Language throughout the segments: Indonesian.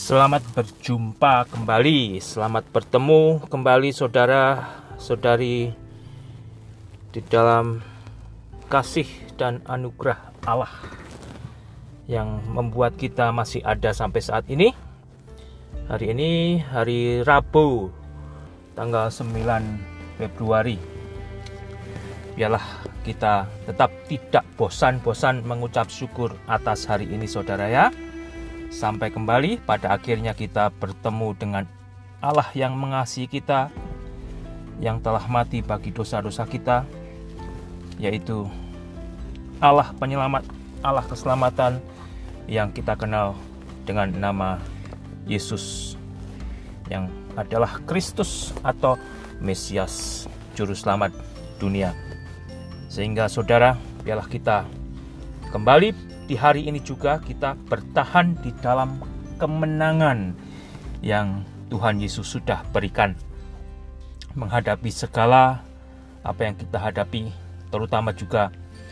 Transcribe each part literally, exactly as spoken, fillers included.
Selamat berjumpa kembali, selamat bertemu kembali saudara-saudari di dalam kasih dan anugerah Allah yang membuat kita masih ada sampai saat ini. Hari ini hari Rabu tanggal sembilan Februari. Biarlah kita tetap tidak bosan-bosan mengucap syukur atas hari ini saudara ya. Sampai kembali pada akhirnya kita bertemu dengan Allah yang mengasihi kita, yang telah mati bagi dosa-dosa kita, yaitu Allah penyelamat, Allah keselamatan yang kita kenal dengan nama Yesus, yang adalah Kristus atau Mesias, Juru Selamat dunia. Sehingga saudara, biarlah kita kembali di hari ini juga kita bertahan di dalam kemenangan yang Tuhan Yesus sudah berikan, menghadapi segala apa yang kita hadapi, terutama juga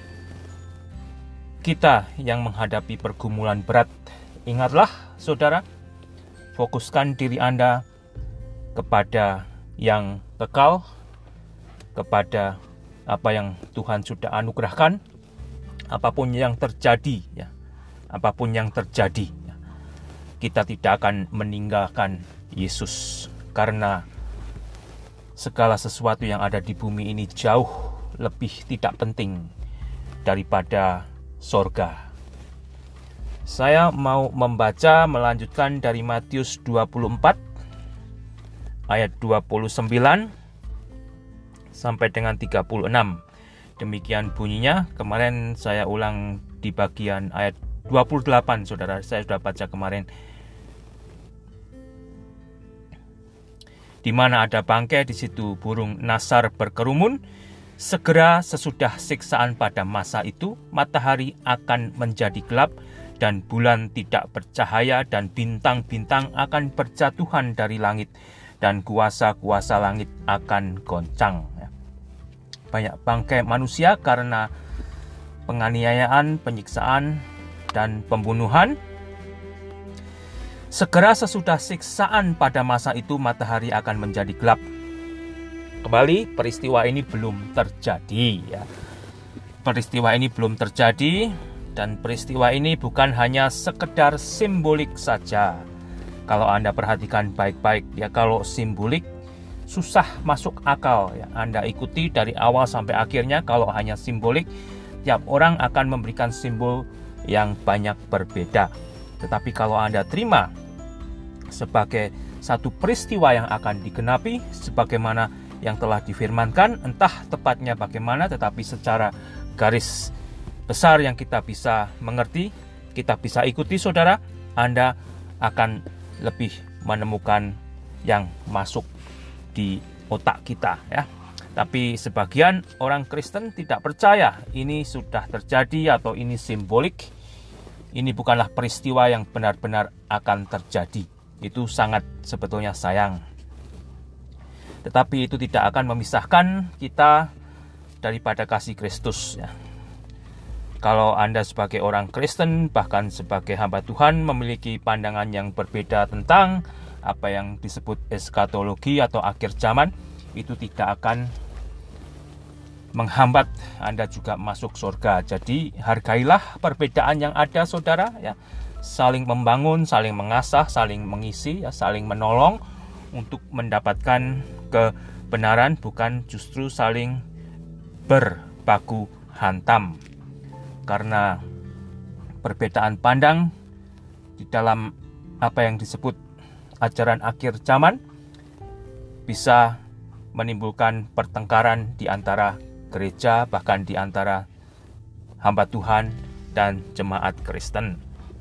kita yang menghadapi pergumulan berat. Ingatlah saudara, fokuskan diri Anda kepada yang kekal, kepada apa yang Tuhan sudah anugerahkan. Apapun yang terjadi ya, apapun yang terjadi ya, kita tidak akan meninggalkan Yesus, karena segala sesuatu yang ada di bumi ini jauh lebih tidak penting daripada sorga. Saya mau membaca melanjutkan dari Matius dua puluh empat ayat dua puluh sembilan sampai dengan tiga puluh enam. Demikian bunyinya. Kemarin saya ulang di bagian ayat dua puluh delapan, saudara. Saya sudah baca kemarin. Di mana ada bangkai, di situ burung nasar berkerumun. Segera sesudah siksaan pada masa itu, matahari akan menjadi gelap dan bulan tidak bercahaya, dan bintang-bintang akan berjatuhan dari langit, dan kuasa-kuasa langit akan goncang. Banyak bangkai manusia karena penganiayaan, penyiksaan, dan pembunuhan. Segera sesudah siksaan pada masa itu, matahari akan menjadi gelap. Kembali, peristiwa ini belum terjadi ya. Peristiwa ini belum terjadi, dan peristiwa ini bukan hanya sekedar simbolik saja. Kalau Anda perhatikan baik-baik ya, kalau simbolik susah masuk akal ya. Anda ikuti dari awal sampai akhirnya. Kalau hanya simbolik, tiap orang akan memberikan simbol yang banyak berbeda. Tetapi kalau Anda terima sebagai satu peristiwa yang akan digenapi sebagaimana yang telah difirmankan, entah tepatnya bagaimana, tetapi secara garis besar yang kita bisa mengerti, kita bisa ikuti saudara, Anda akan lebih menemukan yang masuk di otak kita ya. Tapi sebagian orang Kristen tidak percaya ini sudah terjadi atau ini simbolik. Ini bukanlah peristiwa yang benar-benar akan terjadi. Itu sangat sebetulnya sayang. Tetapi itu tidak akan memisahkan kita daripada kasih Kristus ya. Kalau Anda sebagai orang Kristen, bahkan sebagai hamba Tuhan, memiliki pandangan yang berbeda tentang apa yang disebut eskatologi atau akhir zaman, itu tidak akan menghambat Anda juga masuk surga. Jadi hargailah perbedaan yang ada saudara ya. Saling membangun, saling mengasah, saling mengisi ya, saling menolong untuk mendapatkan kebenaran, bukan justru saling berbaku hantam. Karena perbedaan pandang di dalam apa yang disebut ajaran akhir zaman bisa menimbulkan pertengkaran di antara gereja, bahkan di antara hamba Tuhan dan jemaat Kristen.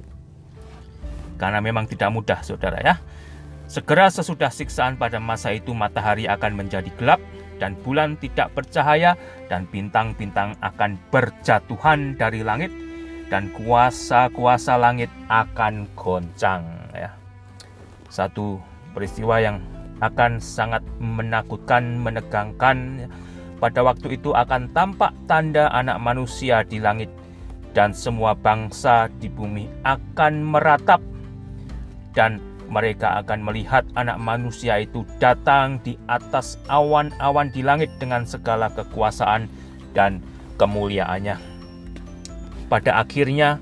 Karena memang tidak mudah saudara ya. Segera sesudah siksaan pada masa itu, matahari akan menjadi gelap dan bulan tidak bercahaya, dan bintang-bintang akan berjatuhan dari langit, dan kuasa-kuasa langit akan goncang ya. Satu peristiwa yang akan sangat menakutkan, menegangkan. Pada waktu itu akan tampak tanda anak manusia di langit, dan semua bangsa di bumi akan meratap, dan mereka akan melihat Anak Manusia itu datang di atas awan-awan di langit dengan segala kekuasaan dan kemuliaannya. Pada akhirnya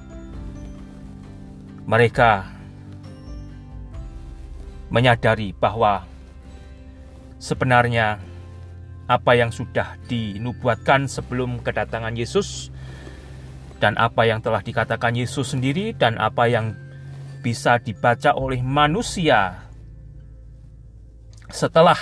mereka menyadari bahwa sebenarnya apa yang sudah dinubuatkan sebelum kedatangan Yesus, dan apa yang telah dikatakan Yesus sendiri, dan apa yang bisa dibaca oleh manusia setelah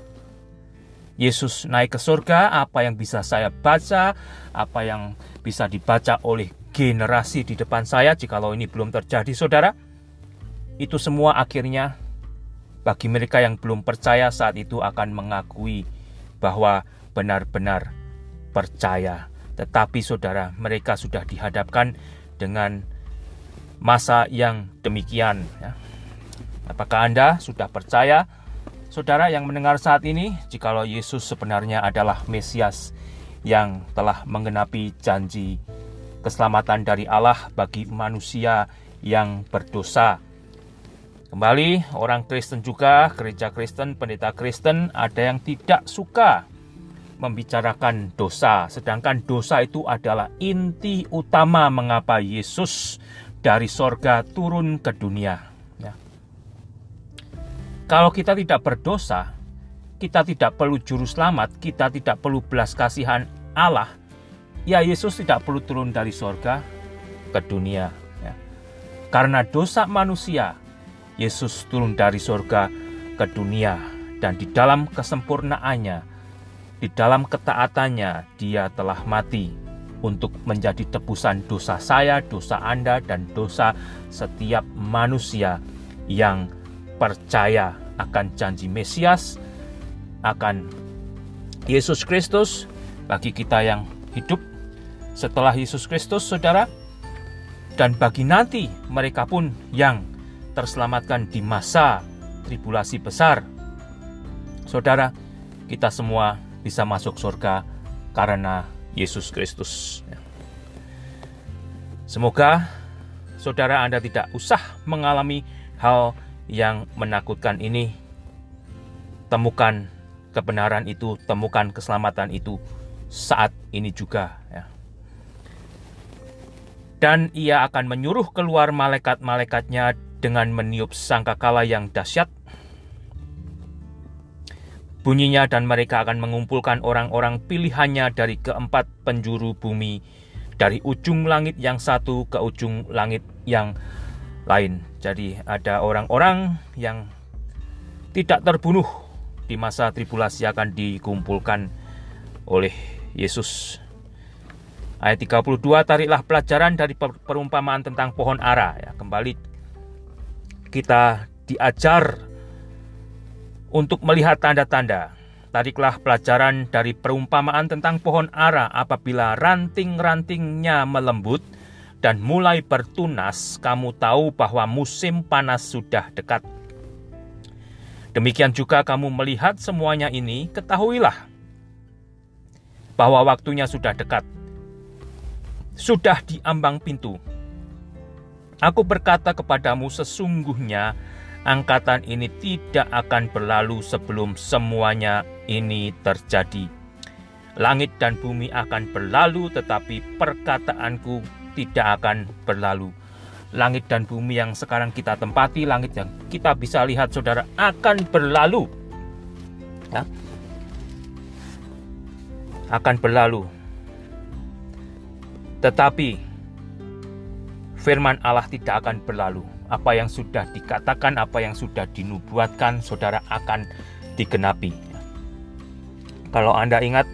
Yesus naik ke surga, apa yang bisa saya baca, apa yang bisa dibaca oleh generasi di depan saya, jikalau ini belum terjadi, saudara, itu semua akhirnya bagi mereka yang belum percaya saat itu akan mengakui bahwa benar-benar percaya. Tetapi saudara, mereka sudah dihadapkan dengan masa yang demikian, ya. Apakah Anda sudah percaya, saudara yang mendengar saat ini, jikalau Yesus sebenarnya adalah Mesias yang telah menggenapi janji keselamatan dari Allah bagi manusia yang berdosa? Kembali, orang Kristen juga, gereja Kristen, pendeta Kristen, ada yang tidak suka membicarakan dosa, sedangkan dosa itu adalah inti utama mengapa Yesus dari sorga turun ke dunia, ya. Kalau kita tidak berdosa, kita tidak perlu juru selamat, kita tidak perlu belas kasihan Allah, ya Yesus tidak perlu turun dari sorga ke dunia, ya. Karena dosa manusia, Yesus turun dari sorga ke dunia, dan di dalam kesempurnaannya, di dalam ketaatannya, dia telah mati untuk menjadi tebusan dosa saya, dosa Anda, dan dosa setiap manusia yang percaya akan janji Mesias, akan Yesus Kristus. Bagi kita yang hidup setelah Yesus Kristus, saudara, dan bagi nanti mereka pun yang terselamatkan di masa tribulasi besar, saudara, kita semua bisa masuk surga karena Yesus Kristus. Semoga saudara Anda tidak usah mengalami hal yang menakutkan ini. Temukan kebenaran itu, temukan keselamatan itu saat ini juga, ya. Dan ia akan menyuruh keluar malaikat-malaikatnya dengan meniup sangkakala yang dahsyat. Bunyinya, dan mereka akan mengumpulkan orang-orang pilihannya dari keempat penjuru bumi, dari ujung langit yang satu ke ujung langit yang lain. Jadi ada orang-orang yang tidak terbunuh di masa tribulasi akan dikumpulkan oleh Yesus. Ayat tiga puluh dua, tariklah pelajaran dari perumpamaan tentang pohon ara, ya. Kembali kita diajar untuk melihat tanda-tanda. Tariklah pelajaran dari perumpamaan tentang pohon ara. Apabila ranting-rantingnya melembut dan mulai bertunas, kamu tahu bahwa musim panas sudah dekat. Demikian juga kamu melihat semuanya ini, ketahuilah bahwa waktunya sudah dekat. Sudah di ambang pintu. Aku berkata kepadamu, sesungguhnya angkatan ini tidak akan berlalu sebelum semuanya ini terjadi. Langit dan bumi akan berlalu, tetapi perkataanku tidak akan berlalu. Langit dan bumi yang sekarang kita tempati, langit yang kita bisa lihat, saudara, akan berlalu, ya. Akan berlalu. Tetapi firman Allah tidak akan berlalu. Apa yang sudah dikatakan, apa yang sudah dinubuatkan, saudara, akan digenapi. Kalau Anda ingat,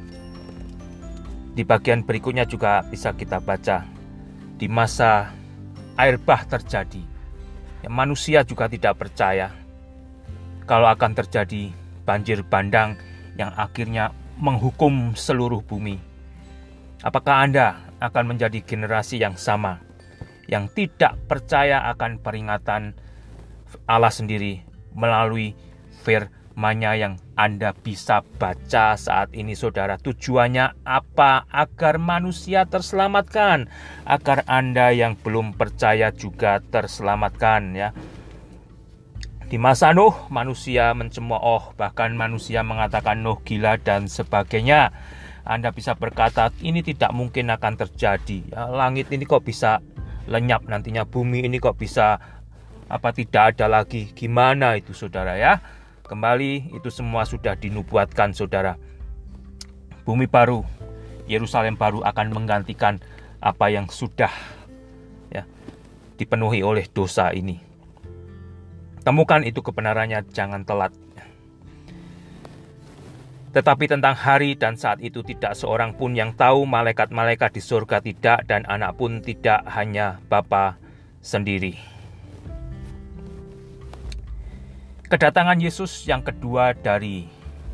di bagian berikutnya juga bisa kita baca, di masa air bah terjadi, ya, manusia juga tidak percaya kalau akan terjadi banjir bandang yang akhirnya menghukum seluruh bumi. Apakah Anda akan menjadi generasi yang sama, yang tidak percaya akan peringatan Allah sendiri melalui firman-Nya yang Anda bisa baca saat ini, saudara? Tujuannya apa? Agar manusia terselamatkan, agar Anda yang belum percaya juga terselamatkan, ya. Di masa Nuh, manusia mencemooh, bahkan manusia mengatakan Nuh gila dan sebagainya. Anda bisa berkata, ini tidak mungkin akan terjadi. Ya, langit ini kok bisa lenyap nantinya, bumi ini kok bisa apa tidak ada lagi. Gimana itu saudara ya? Kembali itu semua sudah dinubuatkan saudara. Bumi baru, Yerusalem baru akan menggantikan apa yang sudah ya dipenuhi oleh dosa ini. Temukan itu kebenarannya, jangan telat. Tetapi tentang hari dan saat itu tidak seorang pun yang tahu, malaikat-malaikat di surga tidak, dan anak pun tidak, hanya Bapa sendiri. Kedatangan Yesus yang kedua dari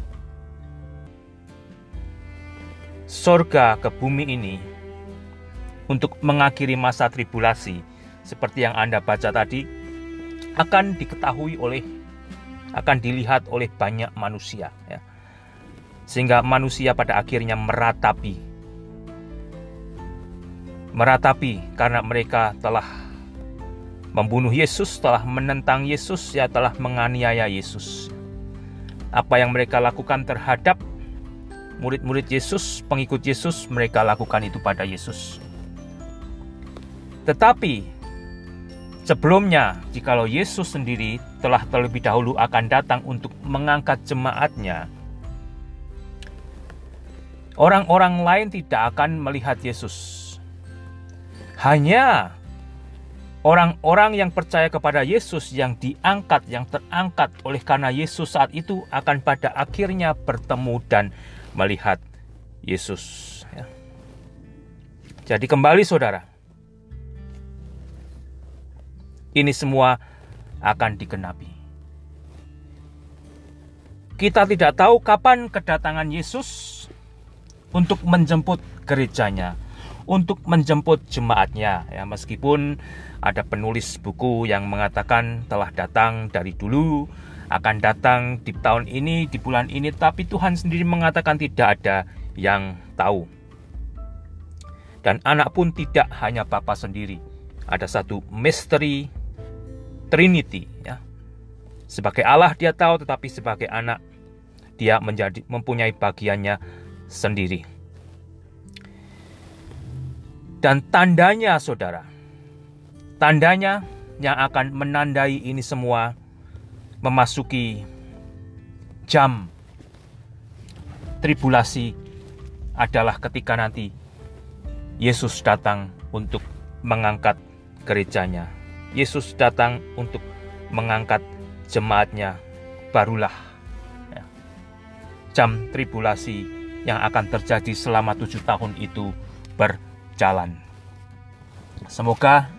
surga ke bumi ini untuk mengakhiri masa tribulasi, seperti yang Anda baca tadi, akan diketahui oleh, akan dilihat oleh banyak manusia, ya. Sehingga manusia pada akhirnya meratapi, meratapi karena mereka telah membunuh Yesus, telah menentang Yesus, ya telah menganiaya Yesus. Apa yang mereka lakukan terhadap murid-murid Yesus, pengikut Yesus, mereka lakukan itu pada Yesus. Tetapi sebelumnya, jikalau Yesus sendiri telah terlebih dahulu akan datang untuk mengangkat jemaatnya, orang-orang lain tidak akan melihat Yesus. Hanya orang-orang yang percaya kepada Yesus yang diangkat, yang terangkat oleh karena Yesus saat itu akan pada akhirnya bertemu dan melihat Yesus. Ya. Jadi kembali saudara, ini semua akan digenapi. Kita tidak tahu kapan kedatangan Yesus untuk menjemput gerejanya, untuk menjemput jemaatnya. Ya, meskipun ada penulis buku yang mengatakan telah datang dari dulu, akan datang di tahun ini, di bulan ini, tapi Tuhan sendiri mengatakan tidak ada yang tahu. Dan anak pun tidak, hanya Bapa sendiri. Ada satu misteri Trinity, ya. Sebagai Allah dia tahu, tetapi sebagai anak dia menjadi mempunyai bagiannya sendiri. Dan tandanya saudara, tandanya yang akan menandai ini semua memasuki jam tribulasi adalah ketika nanti Yesus datang untuk mengangkat gerejanya. Yesus datang untuk mengangkat jemaatnya, barulah ya, jam tribulasi yang akan terjadi selama tujuh tahun itu berjalan. Semoga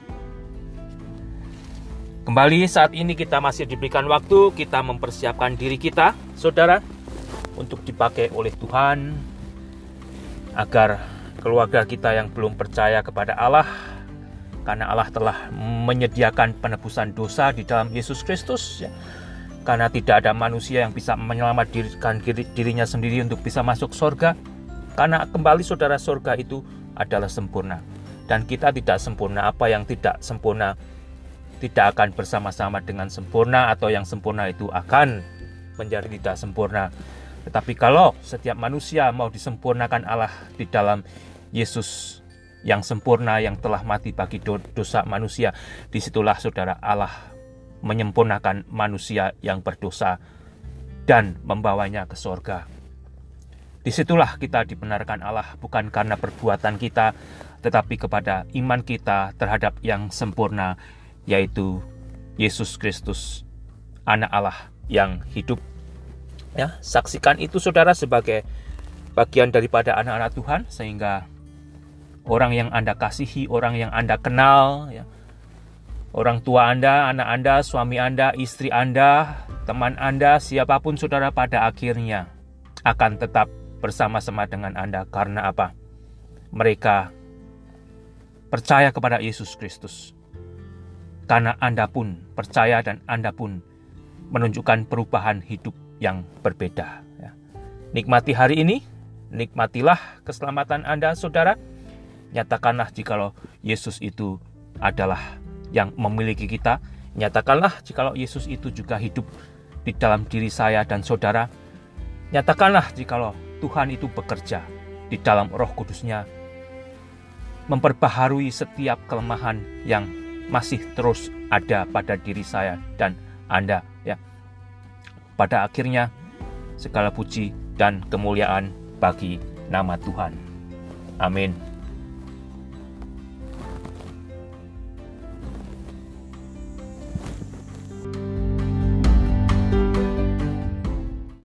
kembali saat ini kita masih diberikan waktu, kita mempersiapkan diri kita, saudara, untuk dipakai oleh Tuhan, agar keluarga kita yang belum percaya kepada Allah, karena Allah telah menyediakan penebusan dosa di dalam Yesus Kristus, ya. Karena tidak ada manusia yang bisa menyelamatkan diri, dirinya sendiri untuk bisa masuk surga. Karena kembali saudara, surga itu adalah sempurna. Dan kita tidak sempurna. Apa yang tidak sempurna tidak akan bersama-sama dengan sempurna, atau yang sempurna itu akan menjadi tidak sempurna. Tetapi kalau setiap manusia mau disempurnakan Allah di dalam Yesus yang sempurna, yang telah mati bagi dosa manusia, disitulah saudara Allah menyempurnakan manusia yang berdosa dan membawanya ke surga. Disitulah kita dibenarkan Allah, bukan karena perbuatan kita, tetapi kepada iman kita terhadap yang sempurna, yaitu Yesus Kristus, Anak Allah yang hidup. Ya, saksikan itu saudara sebagai bagian daripada anak-anak Tuhan, sehingga orang yang Anda kasihi, orang yang Anda kenal, ya, orang tua Anda, anak Anda, suami Anda, istri Anda, teman Anda, siapapun saudara, pada akhirnya akan tetap bersama-sama dengan Anda. Karena apa? Mereka percaya kepada Yesus Kristus. Karena Anda pun percaya dan Anda pun menunjukkan perubahan hidup yang berbeda. Ya. Nikmati hari ini, nikmatilah keselamatan Anda saudara. Nyatakanlah jikalau Yesus itu adalah yang memiliki kita, Nyatakanlah jikalau Yesus itu juga hidup di dalam diri saya dan saudara. Nyatakanlah jikalau Tuhan itu bekerja di dalam Roh Kudus-Nya, memperbaharui setiap kelemahan yang masih terus ada pada diri saya dan Anda, ya. Pada akhirnya segala puji dan kemuliaan bagi nama Tuhan. Amin.